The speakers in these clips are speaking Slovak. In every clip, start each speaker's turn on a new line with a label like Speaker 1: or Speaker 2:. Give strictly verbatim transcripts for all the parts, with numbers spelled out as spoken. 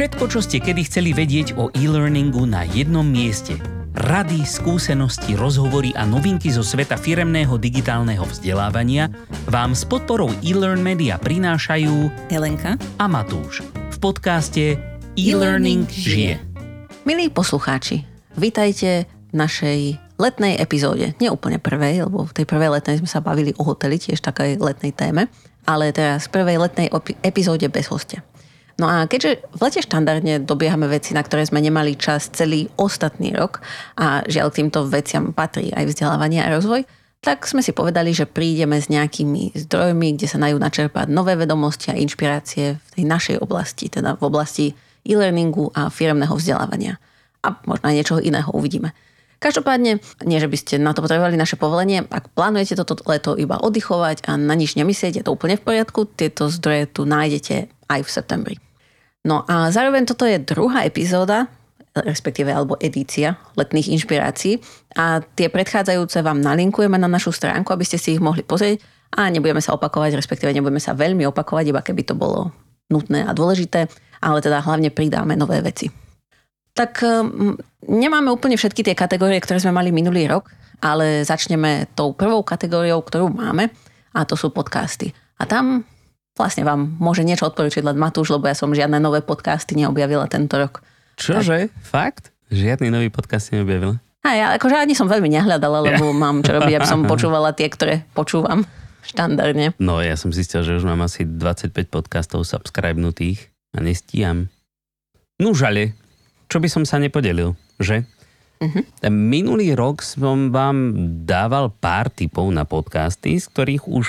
Speaker 1: Všetko, čo ste kedy chceli vedieť o e-learningu na jednom mieste. Rady, skúsenosti, rozhovory a novinky zo sveta firemného digitálneho vzdelávania vám s podporou eLearn Media prinášajú
Speaker 2: Helenka
Speaker 1: a Matúš v podcaste E-Learning žije.
Speaker 2: Milí poslucháči, vítajte v našej letnej epizóde. Nie úplne prvej, lebo v tej prvej letnej sme sa bavili o hoteli, tiež takej letnej téme, ale teraz v prvej letnej epizóde bez hostia. No a keďže v lete štandardne dobiehame veci, na ktoré sme nemali čas celý ostatný rok a žiaľ k týmto veciam patrí aj vzdelávanie a rozvoj, tak sme si povedali, že prídeme s nejakými zdrojmi, kde sa dajú načerpať nové vedomosti a inšpirácie v tej našej oblasti, teda v oblasti e-learningu a firemného vzdelávania. A možno aj niečoho iného uvidíme. Každopádne, nie že by ste na to potrebovali naše povolenie, ak plánujete toto leto iba oddychovať a na nič nemyslieť, je to úplne v poriadku, tieto zdroje tu nájdete aj v septembri. No a zároveň toto je druhá epizóda, respektíve alebo edícia letných inšpirácií a tie predchádzajúce vám nalinkujeme na našu stránku, aby ste si ich mohli pozrieť a nebudeme sa opakovať, respektíve nebudeme sa veľmi opakovať, iba keby to bolo nutné a dôležité, ale teda hlavne pridáme nové veci. Tak nemáme úplne všetky tie kategórie, ktoré sme mali minulý rok, ale začneme tou prvou kategóriou, ktorú máme a to sú podcasty. A tam vlastne vám môže niečo odporučiť len Matúš, lebo ja som žiadne nové podcasty neobjavila tento rok.
Speaker 1: Čože? Tak. Fakt? Žiadny nový podcast neobjavila?
Speaker 2: A ja akože ani som veľmi nehľadala, lebo ja. mám čo robiť, aby som počúvala tie, ktoré počúvam štandardne.
Speaker 1: No ja som zistil, že už mám asi dvadsaťpäť podcastov subscribenutých a nestíham. No žale, čo by som sa nepodelil, že? Uh-huh. Minulý rok som vám dával pár tipov na podcasty, z ktorých už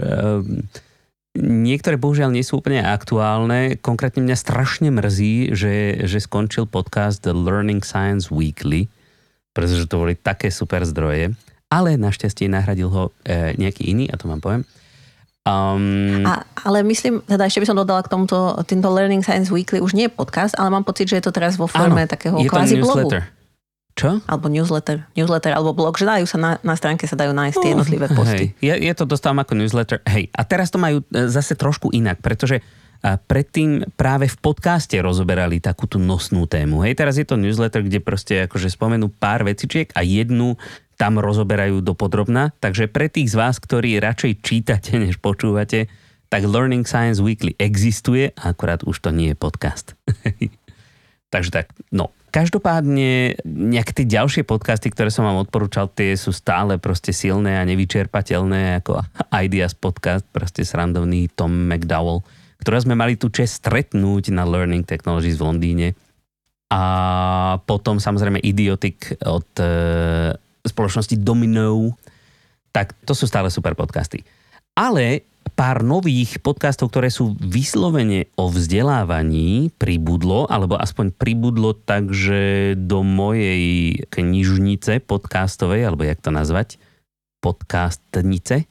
Speaker 1: e, niektoré bohužiaľ nie sú úplne aktuálne. Konkrétne mňa strašne mrzí, že, že skončil podcast The Learning Science Weekly, pretože to boli také super zdroje, ale našťastie nahradil ho e, nejaký iný, a to vám poviem. Um,
Speaker 2: a, ale myslím, teda ešte by som dodala k tomuto, týmto Learning Science Weekly už nie je podcast, ale mám pocit, že je to teraz vo forme áno, takého kvázi blogu. Čo? Alebo newsletter, newsletter alebo blog, že dajú sa na, na stránke sa dajú nájsť tie oh, jednotlivé posty.
Speaker 1: Hej, ja, ja to dostávam ako newsletter. Hej, a teraz to majú zase trošku inak, pretože predtým práve v podcaste rozoberali takú tú nosnú tému. Hej, teraz je to newsletter, kde proste akože spomenú pár vecičiek a jednu tam rozoberajú dopodrobna. Takže pre tých z vás, ktorí radšej čítate, než počúvate, tak Learning Science Weekly existuje, akorát už to nie je podcast. Takže tak, no. Každopádne nejaké tie ďalšie podcasty, ktoré som vám odporúčal, tie sú stále proste silné a nevyčerpateľné, ako Ideas podcast, proste srandovný Tom McDowell, ktoré sme mali tu čest stretnúť na Learning Technologies v Londýne. A potom samozrejme Idiotic od e, spoločnosti Domino. Tak to sú stále super podcasty. Ale pár nových podcastov, ktoré sú vyslovene o vzdelávaní, pribudlo, alebo aspoň pribudlo takže do mojej knižnice podcastovej, alebo jak to nazvať? Podcastnice?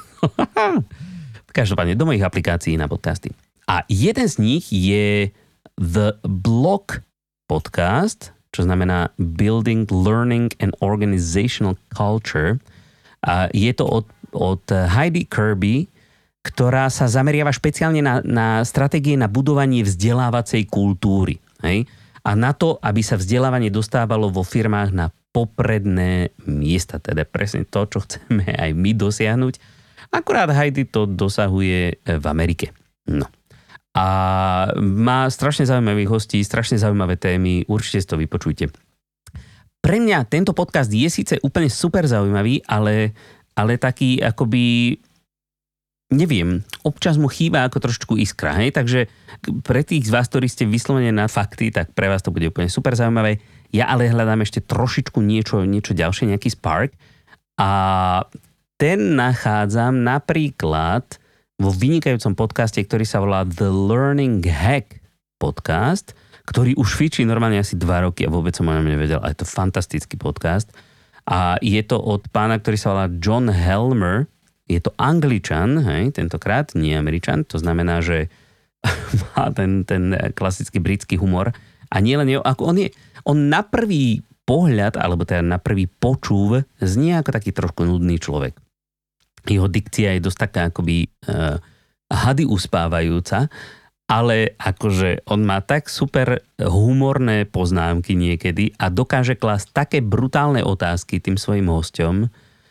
Speaker 1: Každopádne, do mojich aplikácií na podcasty. A jeden z nich je The Block Podcast, čo znamená Building Learning and Organizational Culture. A je to od, od Heidi Kirby, ktorá sa zameriava špeciálne na, na stratégie na budovanie vzdelávacej kultúry. Hej? A na to, aby sa vzdelávanie dostávalo vo firmách na popredné miesta. Teda presne to, čo chceme aj my dosiahnuť. Akurát Heidi to dosahuje v Amerike. No. A má strašne zaujímavých hostí, strašne zaujímavé témy. Určite si to vypočujte. Pre mňa tento podcast je síce úplne super zaujímavý, ale, ale taký akoby... Neviem, občas mu chýba ako trošku iskra, hej? Takže pre tých z vás, ktorí ste vyslovene na fakty, tak pre vás to bude úplne super zaujímavé. Ja ale hľadám ešte trošičku niečo, niečo ďalšie, nejaký spark. A ten nachádzam napríklad vo vynikajúcom podcaste, ktorý sa volá The Learning Hack podcast, ktorý už fičí normálne asi dva roky a vôbec som o ňom nevedel, ale je to fantastický podcast. A je to od pána, ktorý sa volá John Helmer. Je to Angličan, hej, tentokrát, nie Američan, to znamená, že má ten, ten klasický britský humor. A nie len, ako on je, on na prvý pohľad, alebo teda na prvý počúv, znie ako taký trošku nudný človek. Jeho dikcia je dosť taká akoby uh, hady uspávajúca, ale akože on má tak super humorné poznámky niekedy a dokáže klásť také brutálne otázky tým svojim hosťom,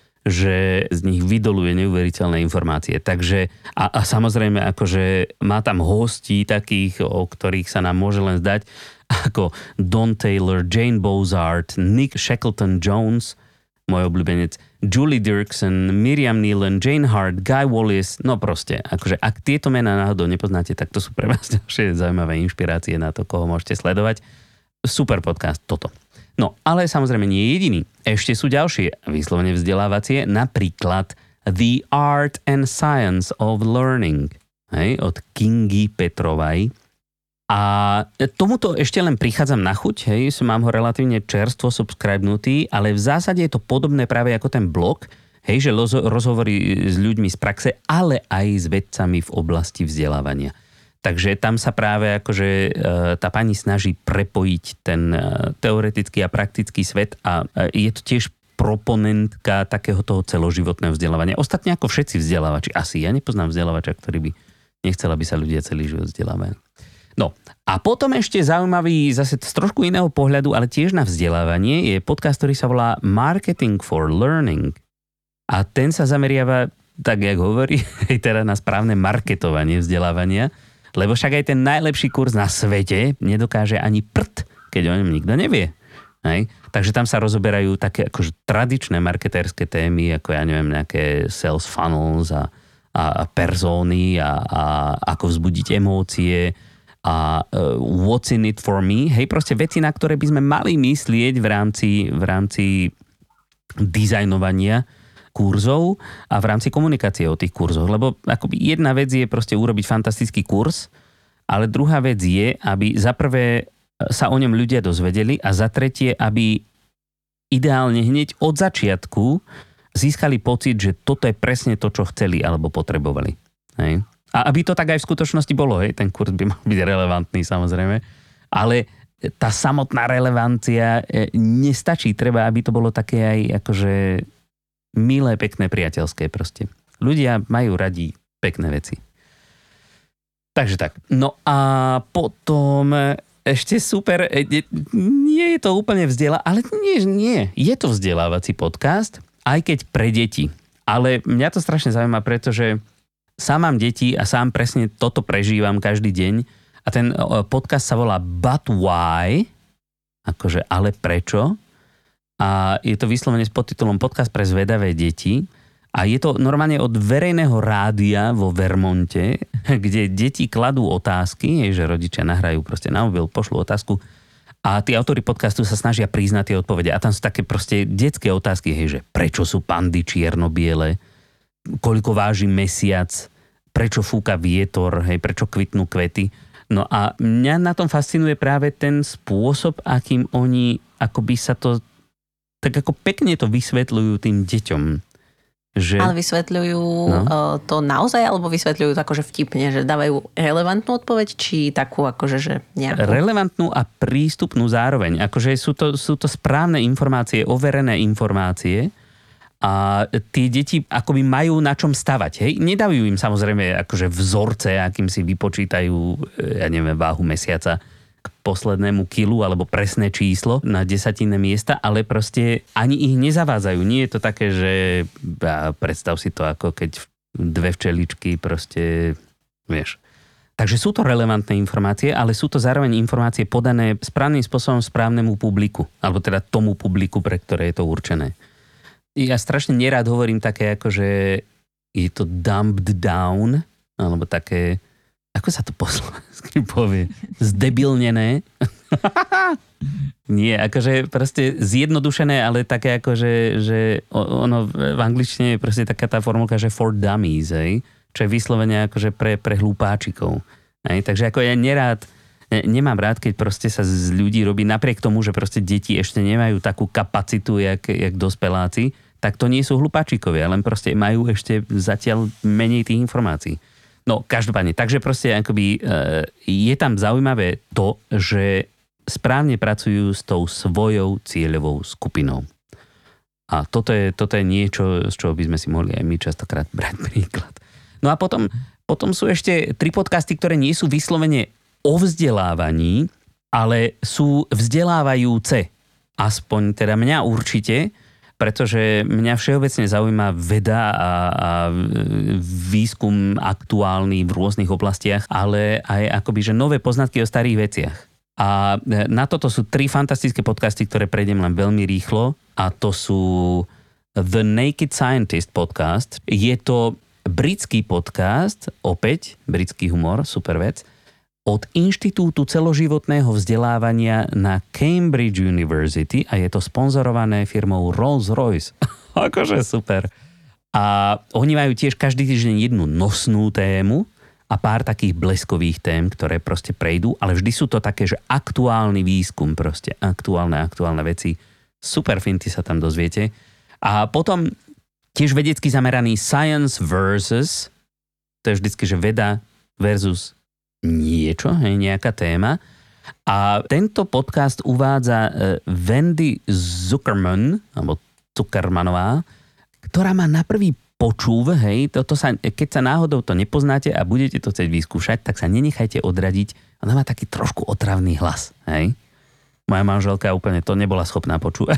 Speaker 1: že z nich vydoluje neuveriteľné informácie. Takže a, a samozrejme akože má tam hostí takých, o ktorých sa nám môže len zdať, ako Don Taylor, Jane Bozart, Nick Shackleton-Jones, môj obľúbenec, Julie Dirksen, Miriam Nealon, Jane Hart, Guy Wallace, no proste, akože ak tieto mená náhodou nepoznáte, tak to sú pre vás ďalšie zaujímavé inšpirácie na to, koho môžete sledovať. Super podcast toto. No, ale samozrejme nie jediný. Ešte sú ďalšie vyslovene vzdelávacie, napríklad The Art and Science of Learning, hej, od Kingy Petrovej. A tomuto ešte len prichádzam na chuť, hej, mám ho relatívne čerstvo subscribenutý, ale v zásade je to podobné práve ako ten blog, hej, že rozhovory s ľuďmi z praxe, ale aj s vedcami v oblasti vzdelávania. Takže tam sa práve akože tá pani snaží prepojiť ten teoretický a praktický svet a je to tiež proponentka takého toho celoživotného vzdelávania. Ostatne ako všetci vzdelávači, asi ja nepoznám vzdelávača, ktorý by nechcel, aby sa ľudia celý život vzdelávali. No a potom ešte zaujímavý zase z trošku iného pohľadu, ale tiež na vzdelávanie je podcast, ktorý sa volá Marketing for Learning. A ten sa zameriava, tak jak hovorí, aj teda na správne marketovanie vzdelávania, lebo však aj ten najlepší kurz na svete nedokáže ani prd, keď o ňom nikto nevie. Hej? Takže tam sa rozoberajú také akože tradičné marketérske témy, ako ja neviem, nejaké sales funnels a, a persóny a, a ako vzbudiť emócie a uh, what's in it for me. Hej, proste veci, na ktoré by sme mali myslieť v rámci, v rámci dizajnovania kurzov a v rámci komunikácie o tých kurzoch. Lebo akoby jedna vec je proste urobiť fantastický kurz, ale druhá vec je, aby za prvé sa o ňom ľudia dozvedeli a za tretie, aby ideálne hneď od začiatku získali pocit, že toto je presne to, čo chceli alebo potrebovali. Hej. A aby to tak aj v skutočnosti bolo, hej, ten kurz by mal byť relevantný samozrejme, ale tá samotná relevancia nestačí, treba, aby to bolo také aj akože milé, pekné, priateľské proste. Ľudia majú radi pekné veci. Takže tak. No a potom ešte super, nie je to úplne vzdiela, ale nie, nie, je to vzdelávací podcast, aj keď pre deti. Ale mňa to strašne zaujíma, pretože sám mám deti a sám presne toto prežívam každý deň a ten podcast sa volá But Why? Akože ale prečo? A je to vyslovene s podtitulom Podcast pre zvedavé deti a je to normálne od verejného rádia vo Vermonte, kde deti kladú otázky, že rodičia nahrajú proste na mobil, pošlú otázku a tí autori podcastu sa snažia priznať tie odpovede a tam sú také proste detské otázky, hej, že prečo sú pandy čierno-biele, koľko váži mesiac, prečo fúka vietor, hej, prečo kvitnú kvety. No a mňa na tom fascinuje práve ten spôsob, akým oni akoby sa to, tak ako pekne to vysvetľujú tým deťom. Že... Ale
Speaker 2: vysvetľujú no? to naozaj, alebo vysvetľujú to akože vtipne, že dávajú relevantnú odpoveď, či takú akože, že nejakú?
Speaker 1: Relevantnú a prístupnú zároveň. Akože sú to, sú to správne informácie, overené informácie, a tie deti akoby majú na čom stavať. Hej? Nedajú im samozrejme akože vzorce, akým si vypočítajú, ja neviem, váhu mesiaca k poslednému kilu alebo presné číslo na desatinné miesta, ale proste ani ich nezavádzajú. Nie je to také, že predstav si to ako keď dve včeličky proste, vieš. Takže sú to relevantné informácie, ale sú to zároveň informácie podané správnym spôsobom správnemu publiku, alebo teda tomu publiku, pre ktoré je to určené. Ja strašne nerád hovorím také, ako že je to dumbed down, alebo také, ako sa to po slovensky povie, zdebilnené. Nie, akože proste zjednodušené, ale také akože, že ono v angličtine je proste taká tá formulka, že for dummies, hej? Čo je vyslovene akože pre, pre hlúpáčikov. Hej? Takže ako ja nerád, nemám rád, keď proste sa z ľudí robí, napriek tomu, že proste deti ešte nemajú takú kapacitu, jak, jak dospeláci, tak to nie sú hlupáčikovia, len proste majú ešte zatiaľ menej tých informácií. No, každopádne, takže proste akoby e, je tam zaujímavé to, že správne pracujú s tou svojou cieľovou skupinou. A toto je, toto je niečo, z čoho by sme si mohli aj my častokrát brať príklad. No a potom Potom sú ešte tri podcasty, ktoré nie sú vyslovene o vzdelávaní, ale sú vzdelávajúce. Aspoň teda mňa určite, pretože mňa všeobecne zaujíma veda a, a výskum aktuálny v rôznych oblastiach, ale aj akoby, že nové poznatky o starých veciach. A na toto sú tri fantastické podcasty, ktoré prejdem len veľmi rýchlo, a to sú The Naked Scientist podcast. Je to britský podcast, opäť britský humor, super vec, od Inštitútu celoživotného vzdelávania na Cambridge University a je to sponzorované firmou Rolls-Royce. Akože super. A oni majú tiež každý týždeň jednu nosnú tému a pár takých bleskových tém, ktoré proste prejdú, ale vždy sú to také, že aktuálny výskum, proste aktuálne, aktuálne veci. Super finty sa tam dozviete. A potom tiež vedecky zameraný Science versus, to je vždycky, že veda versus niečo, hej, nejaká téma. A tento podcast uvádza Wendy Zuckerman, alebo Zuckermanová, ktorá má na prvý počúv, hej, toto sa, keď sa náhodou to nepoznáte a budete to chcieť vyskúšať, tak sa nenechajte odradiť. Ona má taký trošku otravný hlas, hej. Moja manželka úplne to nebola schopná počúvať.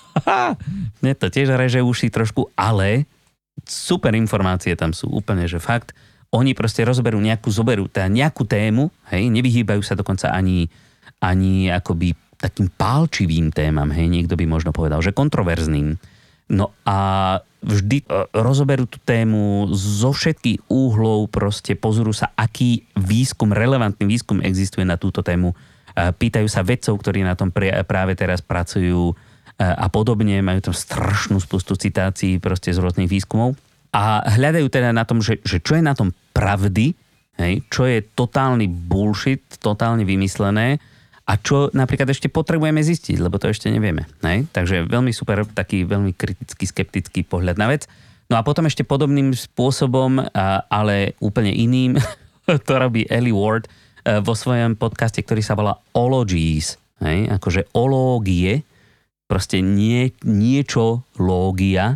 Speaker 1: Mne to tiež reže uši trošku, ale super informácie tam sú, úplne, že fakt. Oni proste rozberú nejakú, zoberú teda nejakú tému, hej, nevyhýbajú sa dokonca ani, ani akoby takým pálčivým témam, hej, niekto by možno povedal, že kontroverzným. No a vždy rozoberú tú tému zo všetkých úhlov, proste pozorú sa, aký výskum, relevantný výskum existuje na túto tému. Pýtajú sa vedcov, ktorí na tom práve teraz pracujú a podobne, majú tam strašnú spustu citácií proste z rôznych výskumov. A hľadajú teda na tom, že, že čo je na tom pravdy, hej, čo je totálny bullshit, totálne vymyslené a čo napríklad ešte potrebujeme zistiť, lebo to ešte nevieme. Hej. Takže veľmi super, taký veľmi kritický, skeptický pohľad na vec. No a potom ešte podobným spôsobom, ale úplne iným, to robí Ellie Ward vo svojom podcaste, ktorý sa volá Ologies. Hej, akože ológie, proste nie, niečo lógia.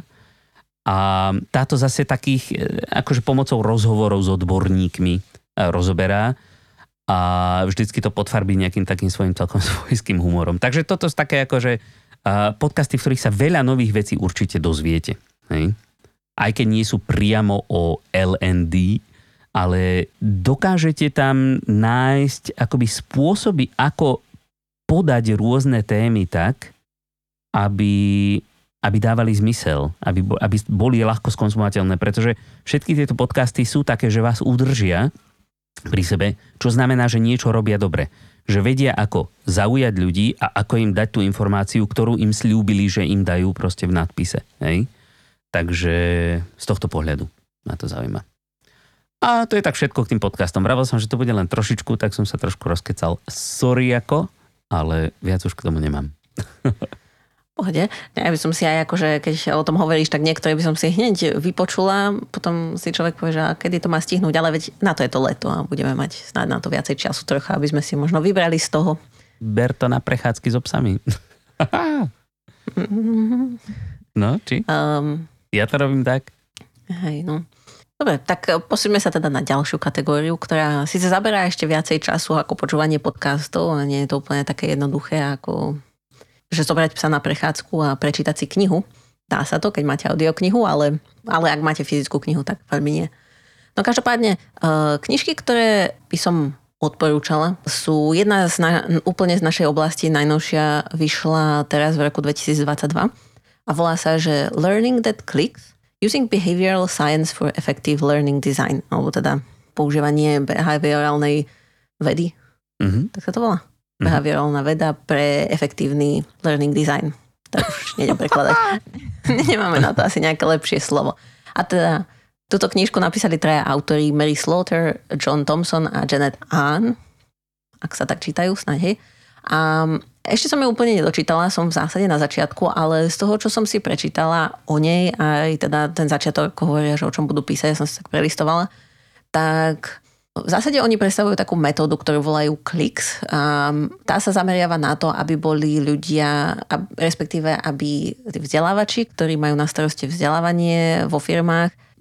Speaker 1: A táto zase takých, akože pomocou rozhovorov s odborníkmi rozoberá a vždycky to podfarbí nejakým takým svojím celkom svojským humorom. Takže toto sú také akože podcasty, v ktorých sa veľa nových vecí určite dozviete. Hej? Aj keď nie sú priamo o el en dé, ale dokážete tam nájsť akoby spôsoby, ako podať rôzne témy tak, aby... aby dávali zmysel, aby, aby boli ľahko skonzumovateľné, pretože všetky tieto podcasty sú také, že vás udržia pri sebe, čo znamená, že niečo robia dobre. Že vedia, ako zaujať ľudí a ako im dať tú informáciu, ktorú im slúbili, že im dajú proste v nadpise. Hej? Takže z tohto pohľadu ma to zaujíma. A to je tak všetko k tým podcastom. Vravel som, že to bude len trošičku, tak som sa trošku rozkecal. Sorry ako, ale viac už k tomu nemám.
Speaker 2: Pohode. Ja by som si aj akože, keď o tom hovoríš, tak niektoré by som si hneď vypočula, potom si človek povie, že kedy to má stihnúť, ale veď na to je to leto a budeme mať snáď na to viacej času trocha, aby sme si možno vybrali z toho.
Speaker 1: Ber to na prechádzky s obsami. No, či? Um, ja to robím tak.
Speaker 2: Hej, no. Dobre, tak posúďme sa teda na ďalšiu kategóriu, ktorá síce zaberá ešte viacej času ako počúvanie podcastov, a nie je to úplne také jednoduché ako že zobrať psa na prechádzku a prečítať si knihu. Dá sa to, keď máte audioknihu, ale, ale ak máte fyzickú knihu, tak veľmi nie. No každopádne, knižky, ktoré by som odporúčala, sú jedna z na, úplne z našej oblasti, najnovšia vyšla teraz v roku dvetisícdvadsaťdva a volá sa, že Learning That Clicks, Using Behavioral Science for Effective Learning Design, alebo teda používanie behaviorálnej vedy. Mm-hmm. Tak sa to volá? Behaviorálna veda pre efektívny learning design. To už nejdem prekladať. Nemáme na to asi nejaké lepšie slovo. A teda túto knižku napísali traja autori, Mary Slaughter, John Thompson a Janet Hahn. Ak sa tak čítajú, snáď, hej. A ešte som ju úplne nedočítala, som v zásade na začiatku, ale z toho, čo som si prečítala o nej, aj teda ten začiatok, ako hovoria, že o čom budú písať, ja som si tak prelistovala, tak v zásade oni predstavujú takú metódu, ktorú volajú Clicks. Tá sa zameriava na to, aby boli ľudia, respektíve aby vzdelávači, ktorí majú na starosti vzdelávanie vo firmách,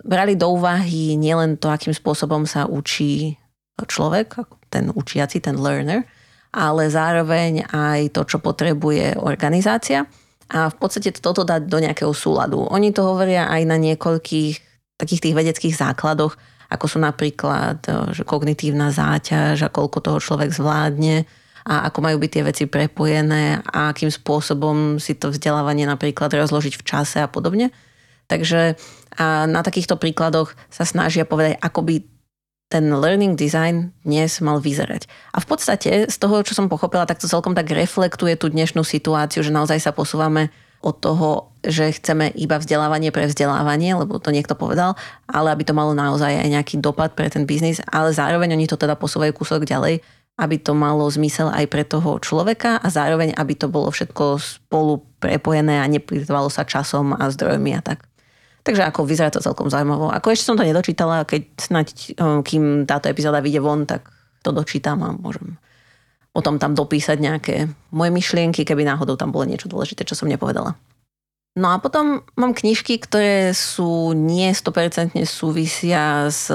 Speaker 2: brali do úvahy nielen to, akým spôsobom sa učí človek, ten učiaci, ten learner, ale zároveň aj to, čo potrebuje organizácia a v podstate toto dať do nejakého súladu. Oni to hovoria aj na niekoľkých takých tých vedeckých základoch, ako sú napríklad že kognitívna záťaž a koľko toho človek zvládne a ako majú byť tie veci prepojené a akým spôsobom si to vzdelávanie napríklad rozložiť v čase a podobne. Takže a na takýchto príkladoch sa snažia povedať, ako by ten learning design dnes mal vyzerať. A v podstate z toho, čo som pochopila, tak to celkom tak reflektuje tú dnešnú situáciu, že naozaj sa posúvame od toho, že chceme iba vzdelávanie pre vzdelávanie, lebo to niekto povedal, ale aby to malo naozaj aj nejaký dopad pre ten biznis, ale zároveň oni to teda posúvajú kúsok ďalej, aby to malo zmysel aj pre toho človeka a zároveň, aby to bolo všetko spolu prepojené a neplýtvalo sa časom a zdrojmi a tak. Takže ako vyzerá to celkom zaujímavo. Ako ešte som to nedočítala, keď snáď, kým táto epizóda vyjde von, tak to dočítam a môžem potom tam dopísať nejaké moje myšlienky, keby náhodou tam bolo niečo dôležité, čo som nepovedala. No a potom mám knižky, ktoré sú nie sto percent súvisia s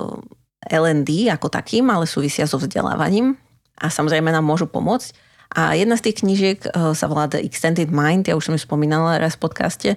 Speaker 2: el en dé ako takým, ale súvisia so vzdelávaním a samozrejme nám môžu pomôcť. A jedna z tých knížiek sa volá The Extended Mind, ja už som ju spomínala raz v podcaste,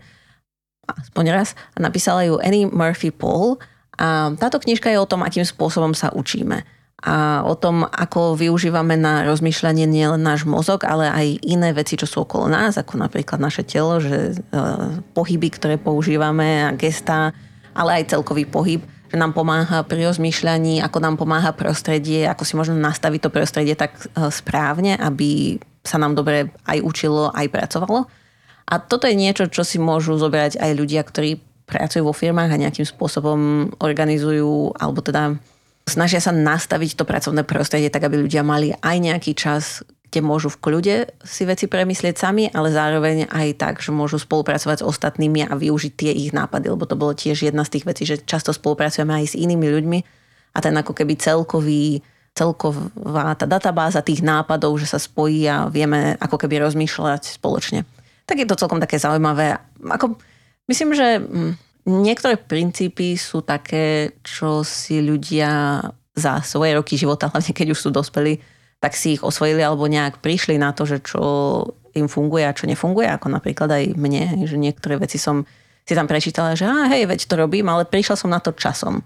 Speaker 2: aspoň raz, a napísala ju Annie Murphy Paul a táto knižka je o tom, akým spôsobom sa učíme a o tom, ako využívame na rozmýšľanie nielen náš mozog, ale aj iné veci, čo sú okolo nás, ako napríklad naše telo, že pohyby, ktoré používame a gestá, ale aj celkový pohyb, že nám pomáha pri rozmýšľaní, ako nám pomáha prostredie, ako si možno nastaviť to prostredie tak správne, aby sa nám dobre aj učilo, aj pracovalo. A toto je niečo, čo si môžu zobrať aj ľudia, ktorí pracujú vo firmách a nejakým spôsobom organizujú, alebo teda snažia sa nastaviť to pracovné prostredie tak, aby ľudia mali aj nejaký čas, kde môžu v kľude si veci premyslieť sami, ale zároveň aj tak, že môžu spolupracovať s ostatnými a využiť tie ich nápady, lebo to bolo tiež jedna z tých vecí, že často spolupracujeme aj s inými ľuďmi a ten ako keby celkový celková tá databáza tých nápadov, že sa spojí a vieme ako keby rozmýšľať spoločne. Tak je to celkom také zaujímavé. Ako, myslím, že niektoré princípy sú také, čo si ľudia za svoje roky života, hlavne keď už sú dospelí, tak si ich osvojili alebo nejak prišli na to, že čo im funguje a čo nefunguje, ako napríklad aj mne, že niektoré veci som si tam prečítala, že á, hej, veď to robím, ale prišla som na to časom.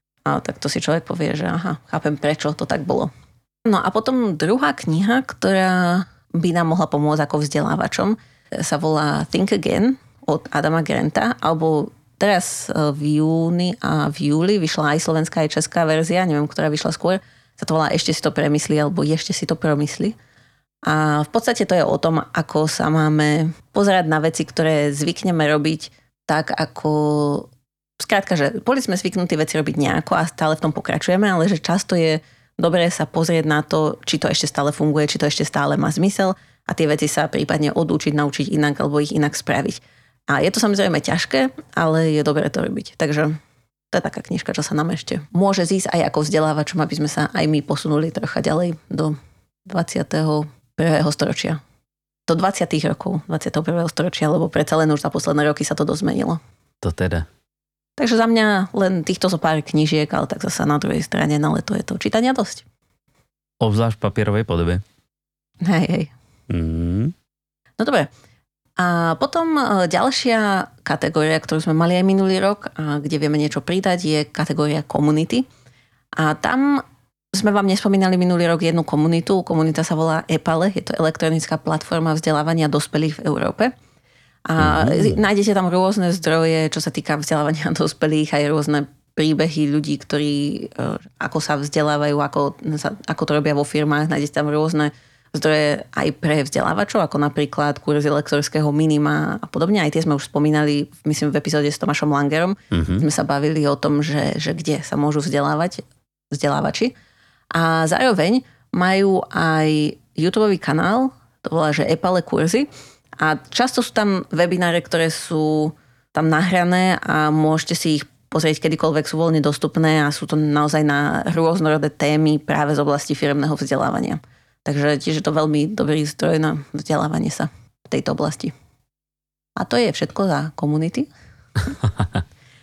Speaker 2: A tak to si človek povie, že aha, chápem, prečo to tak bolo. No a potom druhá kniha, ktorá by nám mohla pomôcť ako vzdelávačom, sa volá Think Again od Adama Granta, alebo teraz v júni a v júli vyšla aj slovenská, aj česká verzia, neviem, ktorá vyšla skôr, sa to volá Ešte si to premysli, alebo Ešte si to promysli. A v podstate to je o tom, ako sa máme pozerať na veci, ktoré zvykneme robiť tak, ako skrátka, že boli sme zvyknutí veci robiť nejako a stále v tom pokračujeme, ale že často je dobré sa pozrieť na to, či to ešte stále funguje, či to ešte stále má zmysel a tie veci sa prípadne odučiť, naučiť inak alebo ich inak spraviť. A je to samozrejme ťažké, ale je dobré to robiť. Takže to je taká knižka, čo sa nám ešte môže zísť aj ako vzdelávačom, aby sme sa aj my posunuli trocha ďalej do dvadsiateho prvého storočia. Do dvadsiatych rokov dvadsiateho prvého storočia, lebo predsa len už za posledné roky sa to dosť zmenilo.
Speaker 1: To teda.
Speaker 2: Takže za mňa len týchto zo pár knížiek, ale tak zasa na druhej strane na leto je to čítania dosť.
Speaker 1: Obzvlášť v papierovej podobe.
Speaker 2: Hej, hej.
Speaker 1: Mm.
Speaker 2: No dobre. A potom ďalšia kategória, ktorú sme mali aj minulý rok, a kde vieme niečo pridať, je kategória komunity. A tam sme vám nespomínali minulý rok jednu komunitu. Komunita sa volá EPALE, je to elektronická platforma vzdelávania dospelých v Európe. A mm-hmm. nájdete tam rôzne zdroje, čo sa týka vzdelávania dospelých, aj rôzne príbehy ľudí, ktorí ako sa vzdelávajú, ako, ako to robia vo firmách. Nájdete tam rôzne zdroje aj pre vzdelávačov, ako napríklad kurzy lektorského minima a podobne. Aj tie sme už spomínali, myslím, v epizóde s Tomášom Langerom. Mm-hmm. Sme sa bavili o tom, že, že kde sa môžu vzdelávať vzdelávači. A zároveň majú aj YouTubeový kanál, to volá, že EPALE kurzy. A často sú tam webináre, ktoré sú tam nahrané a môžete si ich pozrieť kedykoľvek, sú voľne dostupné a sú to naozaj na rôznorodé témy práve z oblasti firemného vzdelávania. Takže tiež je to veľmi dobrý zdroj na vzdelávanie sa v tejto oblasti. A to je všetko za komunity.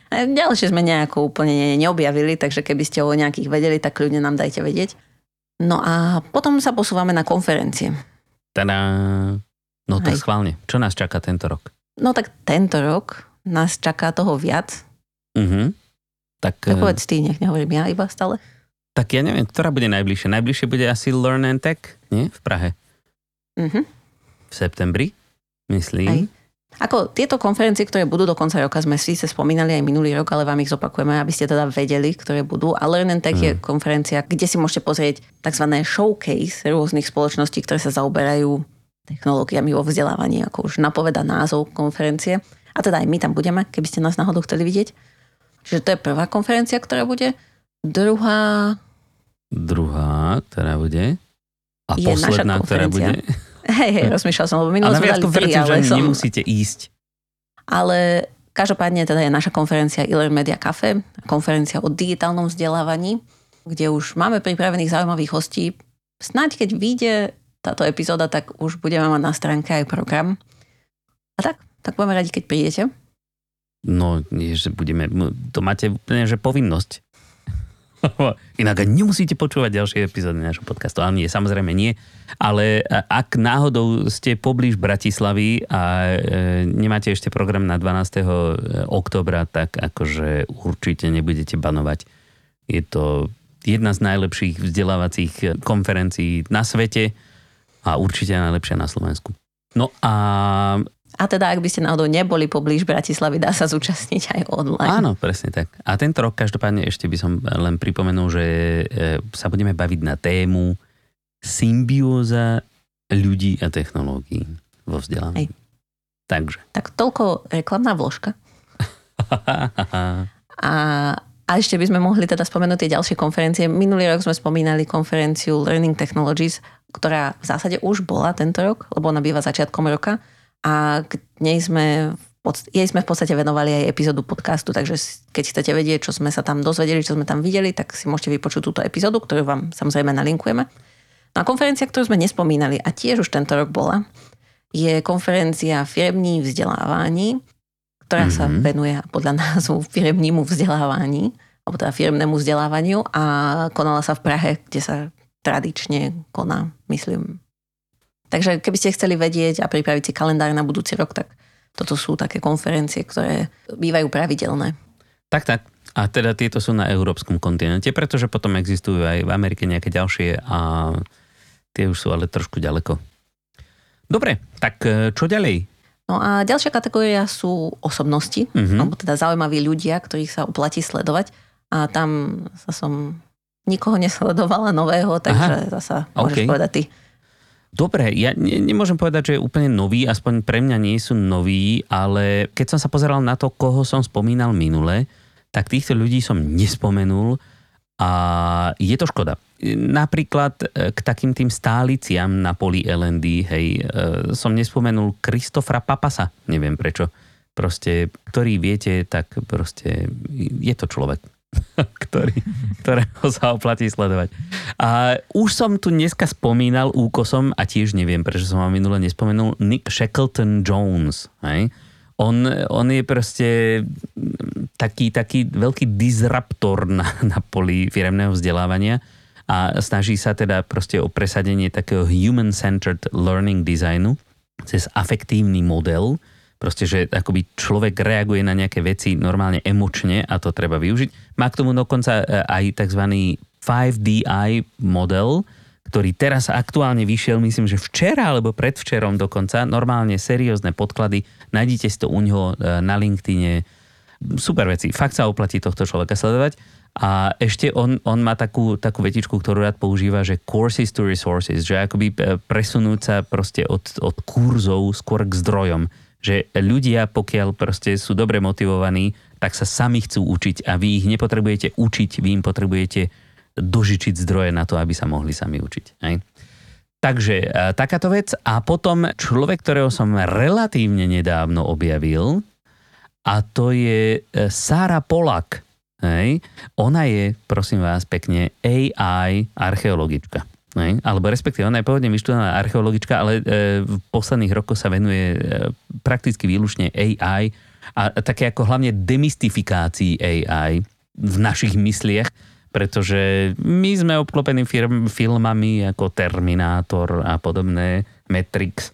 Speaker 2: Ďalšie sme nejako úplne neobjavili, takže keby ste o nejakých vedeli, tak ľudia nám dajte vedieť. No a potom sa posúvame na konferencie.
Speaker 1: Tada. No tak Hej. schválne. Čo nás čaká tento rok?
Speaker 2: No tak tento rok nás čaká toho viac.
Speaker 1: Mhm. Tak,
Speaker 2: tak povedz ty, nech nehovorím ja iba stále.
Speaker 1: Tak ja neviem, ktorá bude najbližšie. Najbližšie bude asi Learn and Tech, nie? V Prahe.
Speaker 2: Mhm.
Speaker 1: V septembri, myslím.
Speaker 2: Hej. Ako tieto konferencie, ktoré budú do konca roka, sme síce spomínali aj minulý rok, ale vám ich zopakujeme, aby ste teda vedeli, ktoré budú. A Learn and Tech mm. je konferencia, kde si môžete pozrieť tzv. Showcase rôznych spoločností, ktoré sa zaoberajú technológiami vo vzdelávaní, ako už napovedá názov konferencie. A teda aj my tam budeme, keby ste nás náhodou chceli vidieť. Čiže to je prvá konferencia, ktorá bude. Druhá...
Speaker 1: Druhá, ktorá bude. A posledná, ktorá bude...
Speaker 2: Hej, hej, rozmýšľal som, lebo minulé sme dali tri, ale som...
Speaker 1: nemusíte ísť.
Speaker 2: Ale každopádne teda je naša konferencia eLearn Media Cafe, konferencia o digitálnom vzdelávaní, kde už máme pripravených zaujímavých hostí. Snáď, keď vyjde táto epizóda, tak už budeme mať na stránke aj program. A tak, tak budeme radi, keď prídete.
Speaker 1: No, nie, že budeme, to máte úplne, že povinnosť. Inak nemusíte počúvať ďalšie epizódy nášho podcastu. Ale nie, samozrejme nie. Ale ak náhodou ste poblíž Bratislavy a nemáte ešte program na dvanásteho októbra, tak akože určite nebudete banovať. Je to jedna z najlepších vzdelávacích konferencií na svete a určite najlepšia na Slovensku. No a...
Speaker 2: A teda, ak by ste náhodou neboli poblíž Bratislavy, dá sa zúčastniť aj online.
Speaker 1: Áno, presne tak. A tento rok každopádne ešte by som len pripomenul, že sa budeme baviť na tému symbióza ľudí a technológií vo vzdelávaní. Takže.
Speaker 2: Tak toľko reklamná vložka. a, a ešte by sme mohli teda spomenúť tie ďalšie konferencie. Minulý rok sme spomínali konferenciu Learning Technologies, ktorá v zásade už bola tento rok, lebo ona býva začiatkom roka. A k nej sme, jej sme v podstate venovali aj epizódu podcastu, takže keď chcete vedieť, čo sme sa tam dozvedeli, čo sme tam videli, tak si môžete vypočuť túto epizódu, ktorú vám samozrejme nalinkujeme. No a konferencia, ktorú sme nespomínali a tiež už tento rok bola, je konferencia Firemní vzdelávaní, ktorá mm-hmm. sa venuje podľa názvu firemnímu vzdelávaní, alebo teda firemnému vzdelávaniu a konala sa v Prahe, kde sa tradične koná, myslím, Takže keby ste chceli vedieť a pripraviť si kalendár na budúci rok, tak toto sú také konferencie, ktoré bývajú pravidelné.
Speaker 1: Tak, tak. A teda tieto sú na európskom kontinente, pretože potom existujú aj v Amerike nejaké ďalšie a tie už sú ale trošku ďaleko. Dobre, tak čo ďalej?
Speaker 2: No a ďalšia kategória sú osobnosti, mm-hmm. alebo teda zaujímaví ľudia, ktorých sa oplatí sledovať. A tam sa som nikoho nesledovala nového, takže Aha, zasa môžeš okay. povedať ty.
Speaker 1: Dobre, ja ne, nemôžem povedať, že je úplne nový, aspoň pre mňa nie sú noví, ale keď som sa pozeral na to, koho som spomínal minule, tak týchto ľudí som nespomenul a je to škoda. Napríklad k takým tým stáliciam na poli el en dé, hej, som nespomenul Christofra Papasa, neviem prečo. Proste, ktorý viete, tak proste je to človek. Ktorý, ktorého sa oplatí sledovať. A už som tu dneska spomínal úkosom, a tiež neviem, prečo som vám minule nespomenul, Nick Shackleton-Jones. Hej? On, on je proste taký, taký veľký disruptor na, na poli firemného vzdelávania a snaží sa teda proste o presadenie takého human-centered learning designu cez afektívny model. Proste, že akoby človek reaguje na nejaké veci normálne emočne a to treba využiť. Má k tomu dokonca aj tzv. five D I model, ktorý teraz aktuálne vyšiel, myslím, že včera alebo predvčerom dokonca. Normálne seriózne podklady. Nájdite si to u neho na LinkedIne. Super veci. Fakt sa oplatí tohto človeka sledovať. A ešte on, on má takú, takú vetičku, ktorú rád používa, že courses to resources, že akoby presunúť sa proste od, od kurzov skôr k zdrojom. Že ľudia, pokiaľ proste sú dobre motivovaní, tak sa sami chcú učiť a vy ich nepotrebujete učiť, vy im potrebujete dožičiť zdroje na to, aby sa mohli sami učiť. Hej? Takže takáto vec. A potom človek, ktorého som relatívne nedávno objavil, a to je Sarah Polak. Hej? Ona je, prosím vás pekne, á í archeologička. Ne? Alebo respektíve, ona je pôvodne vyštudovaná archeologička, ale e, v posledných rokoch sa venuje e, prakticky výlučne á í a také ako hlavne demystifikácii á í v našich mysliach, pretože my sme obklopení firm, filmami ako Terminátor a podobné, Matrix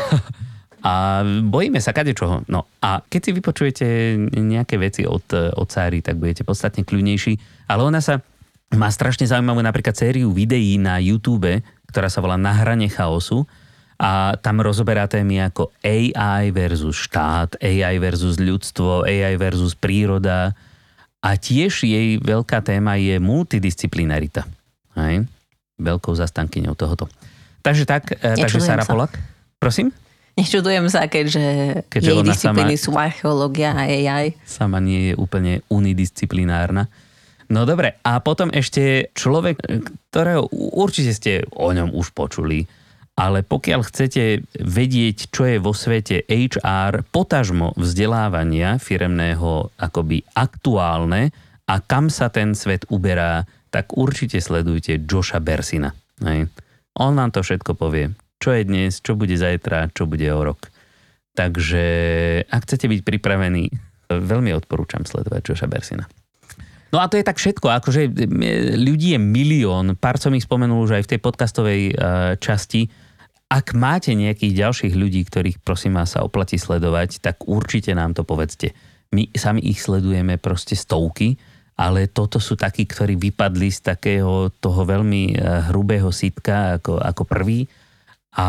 Speaker 1: a bojíme sa kadečoho. No a keď si vypočujete nejaké veci od, od Sáry, tak budete podstatne kľudnejší, ale ona sa má strašne zaujímavú napríklad sériu videí na YouTube, ktorá sa volá Na hrane chaosu a tam rozoberá témy ako á í versus štát, á í versus ľudstvo, á í versus príroda a tiež jej veľká téma je multidisciplinarita. Hej? Veľkou zastankyňou tohoto. Takže tak, Nečudujem takže Sára sa. Polak. Prosím?
Speaker 2: Nečudujem sa, keďže, keďže jej disciplíny sú archeológia a á í.
Speaker 1: Sama nie je úplne unidisciplinárna. No dobre, a potom ešte človek, ktorého určite ste o ňom už počuli, ale pokiaľ chcete vedieť, čo je vo svete há er, potažmo vzdelávania firemného akoby aktuálne a kam sa ten svet uberá, tak určite sledujte Josha Bersina. Hej. On vám to všetko povie. Čo je dnes, čo bude zajtra, čo bude o rok. Takže ak chcete byť pripravení, veľmi odporúčam sledovať Josha Bersina. No a to je tak všetko, akože ľudí je milión, pár som ich spomenul už aj v tej podcastovej časti. Ak máte nejakých ďalších ľudí, ktorých prosím vás sa oplatí sledovať, tak určite nám to povedzte. My sami ich sledujeme proste stovky, ale toto sú takí, ktorí vypadli z takého toho veľmi hrubého sítka ako, ako prvý a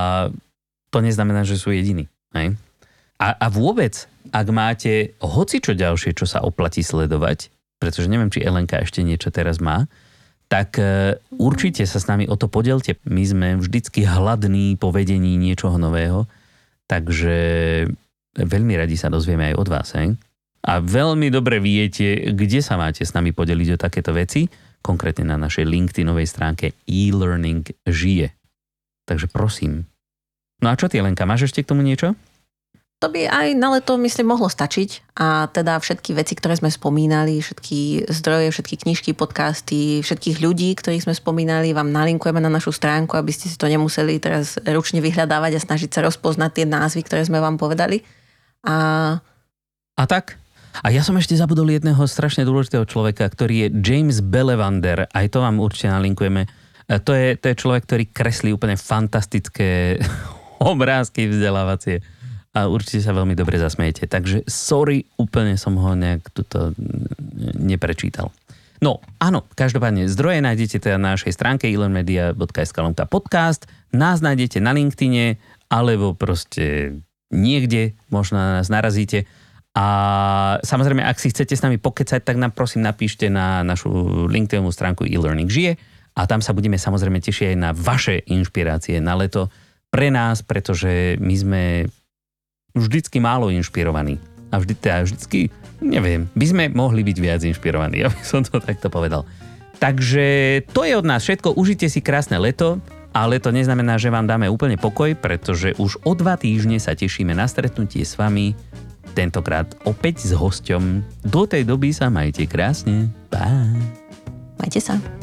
Speaker 1: to neznamená, že sú jediní. Hej? A, a vôbec, ak máte hocičo ďalšie, čo sa oplatí sledovať, pretože neviem, či Elenka ešte niečo teraz má, tak určite sa s nami o to podelte. My sme vždycky hladní po vedení niečoho nového, takže veľmi radi sa dozvieme aj od vás. Hej? A veľmi dobre viete, kde sa máte s nami podeliť o takéto veci, konkrétne na našej LinkedInovej stránke e-learning žije. Takže prosím. No a čo ty, Elenka, máš ešte k tomu niečo?
Speaker 2: To by aj na leto, myslím, mohlo stačiť. A teda všetky veci, ktoré sme spomínali, všetky zdroje, všetky knižky, podcasty, všetkých ľudí, ktorých sme spomínali, vám nalinkujeme na našu stránku, aby ste si to nemuseli teraz ručne vyhľadávať a snažiť sa rozpoznať tie názvy, ktoré sme vám povedali. A,
Speaker 1: a tak? A ja som ešte zabudol jedného strašne dôležitého človeka, ktorý je James Belevander. Aj to vám určite nalinkujeme. To je, to je človek, ktorý kreslí úplne fantastické obrázky vzdelávacie. A určite sa veľmi dobre zasmejete. Takže sorry, úplne som ho nejak tuto neprečítal. No, áno, každopádne zdroje nájdete teda na našej stránke e learn media bodka es ká lomka podcast. Nás nájdete na LinkedIne, alebo proste niekde možno na nás narazíte. A samozrejme, ak si chcete s nami pokecať, tak nám prosím napíšte na našu LinkedInovú stránku e-learning žije a tam sa budeme samozrejme tešiť aj na vaše inšpirácie na leto pre nás, pretože my sme vždycky málo inšpirovaní. A vždy, teda vždycky, neviem, by sme mohli byť viac inšpirovaní, aby som to takto povedal. Takže to je od nás všetko. Užite si krásne leto, ale to neznamená, že vám dáme úplne pokoj, pretože už o dva týždne sa tešíme na stretnutie s vami, tentokrát opäť s hosťom. Do tej doby sa majte krásne. Bye.
Speaker 2: Majte sa.